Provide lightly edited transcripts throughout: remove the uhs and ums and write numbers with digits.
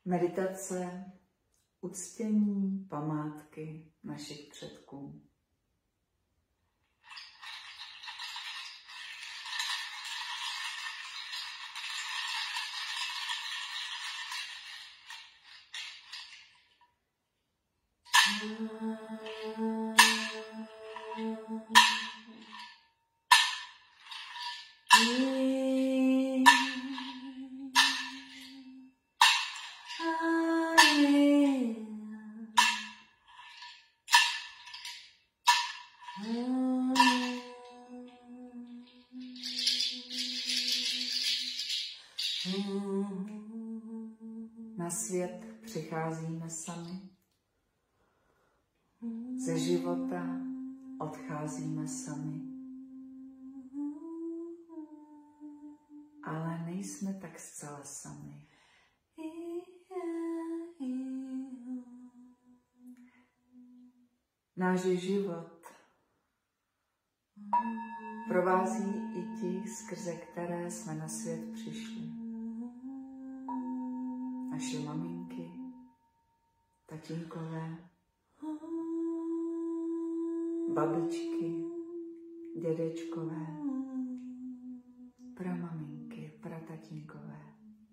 Meditace, uctění památky našich předků. Na svět přicházíme sami, ze života odcházíme sami, ale nejsme tak zcela sami. Náš život provází i ti, skrze které jsme na svět přišli. Naše maminky, tatínkové, babičky, dědečkové, pramaminky, pratatínkové.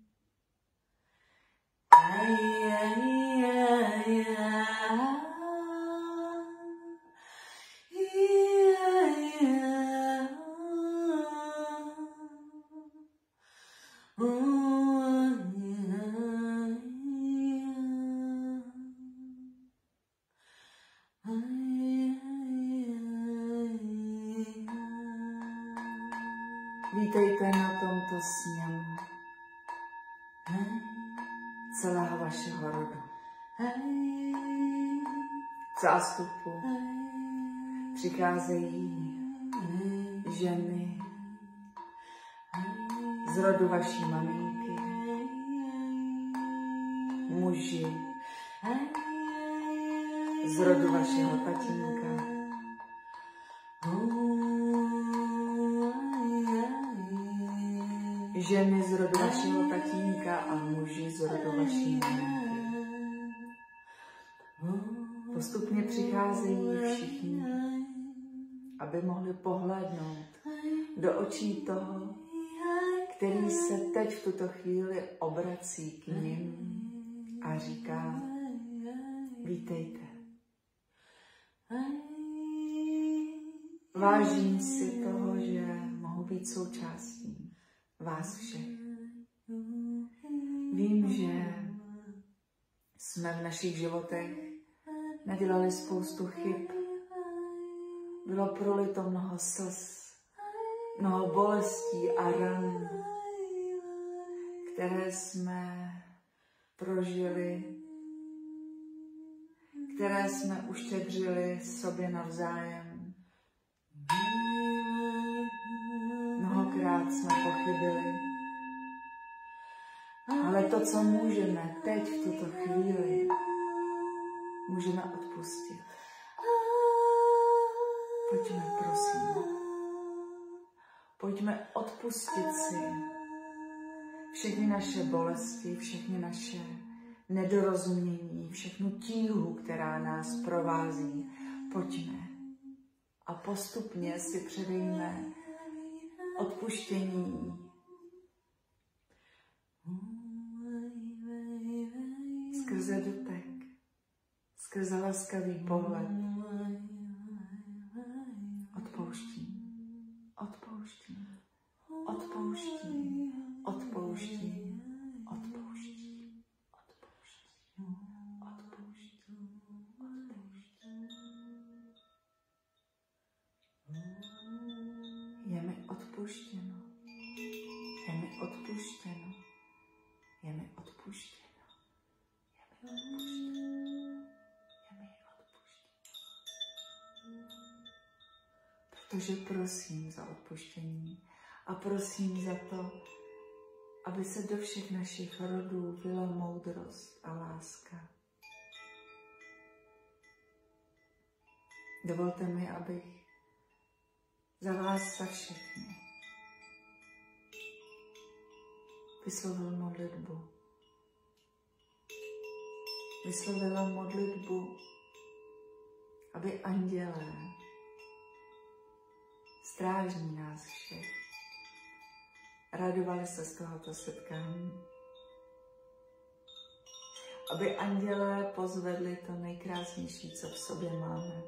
Vítejte na tomto sněmu celého vašeho rodu. V zástupu přicházejí ženy z rodu vaší maminky, muži z rodu vašeho tatínka, ženy z rodu vašeho tatínka a muži z rodu vaší maminky. Postupně přicházejí všichni, aby mohli pohlédnout do očí toho, který se teď v tuto chvíli obrací k nim a říká: vítejte. Vážím si toho, že mohu být součástí vás všech. Vím, že jsme v našich životech nadělali spoustu chyb. Bylo prolito mnoho slz, mnoho bolestí a ran, které jsme prožili, které jsme uštědřili sobě navzájem. Mnohokrát jsme pochybili, ale to, co můžeme teď v tuto chvíli, můžeme odpustit. Pojďme, prosím. Pojďme odpustit si všechny naše bolesti, všechny naše nedorozumění, všechnu tíhu, která nás provází. Pojďme a postupně si předejme odpuštění. Skrze dotek, skrze laskavý pohled. Odpouštím, odpouštím, odpouštím, odpouštím, odpouštím, odpouštím, odpouštím, odpouštím. Je mi odpuštěno, je mi odpuštěno, je mi odpuštěno, je mi odpuštěno, je mi odpuštěno. Protože prosím za odpuštění a prosím za to, aby se do všech našich rodů vylila moudrost a láska. Dovolte mi, abych za vás, za všechny vyslovil modlitbu. vyslovila modlitbu, aby andělé, strážní nás všech, radovali se z tohoto setkání. Aby andělé pozvedli to nejkrásnější, co v sobě máme.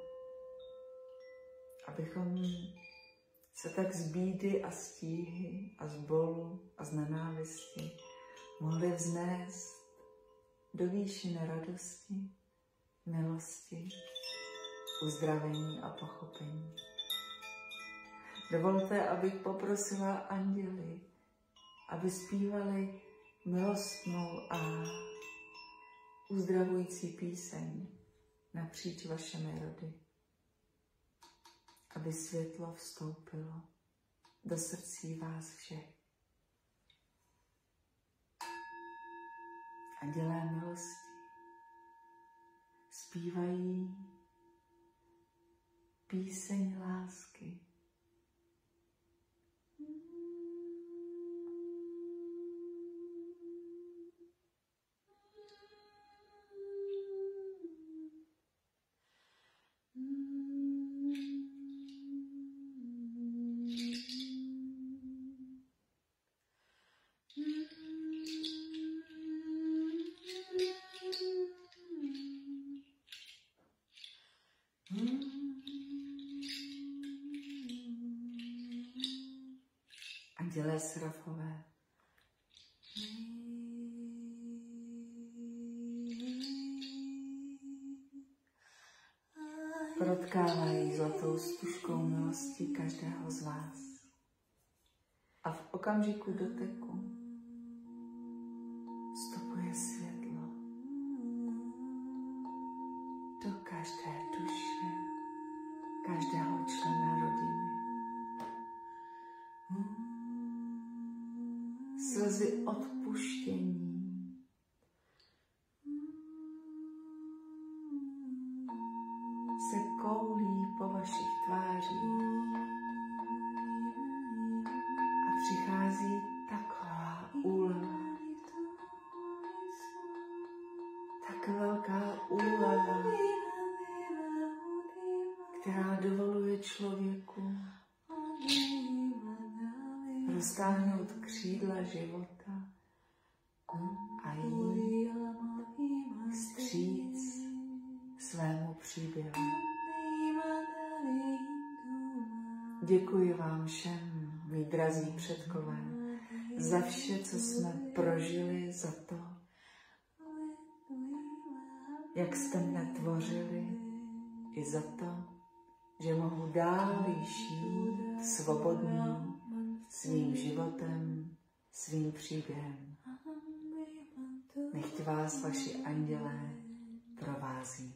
Abychom se tak z bídy a stíhy a z bolu a z nenávisti mohli vznést do výšin radosti, milosti, uzdravení a pochopení. Dovolte, abych poprosila anděly, aby zpívali milostnou a uzdravující píseň napříč vašimi rody, aby světlo vstoupilo do srdcí vás všech. Andělé milosti zpívají píseň lásky. Andělé serafové protkávají zlatou stužkou milosti každého z vás a v okamžiku doteku vstupuje světlo do každé duše, každého člena rodiny. Slzy odpuštění se koulí po vašich tvářích a přichází taková úleva, tak velká úleva, která dovoluje člověku roztáhnout křídla života a jít vstříc svému příběhu. Děkuji vám všem, mí drazí předkové, za vše, co jsme prožili, za to, jak jste mne tvořili, i za to, že mohu dál žít svobodný svým životem, svým příběhem. Nechť vás vaši andělé provází.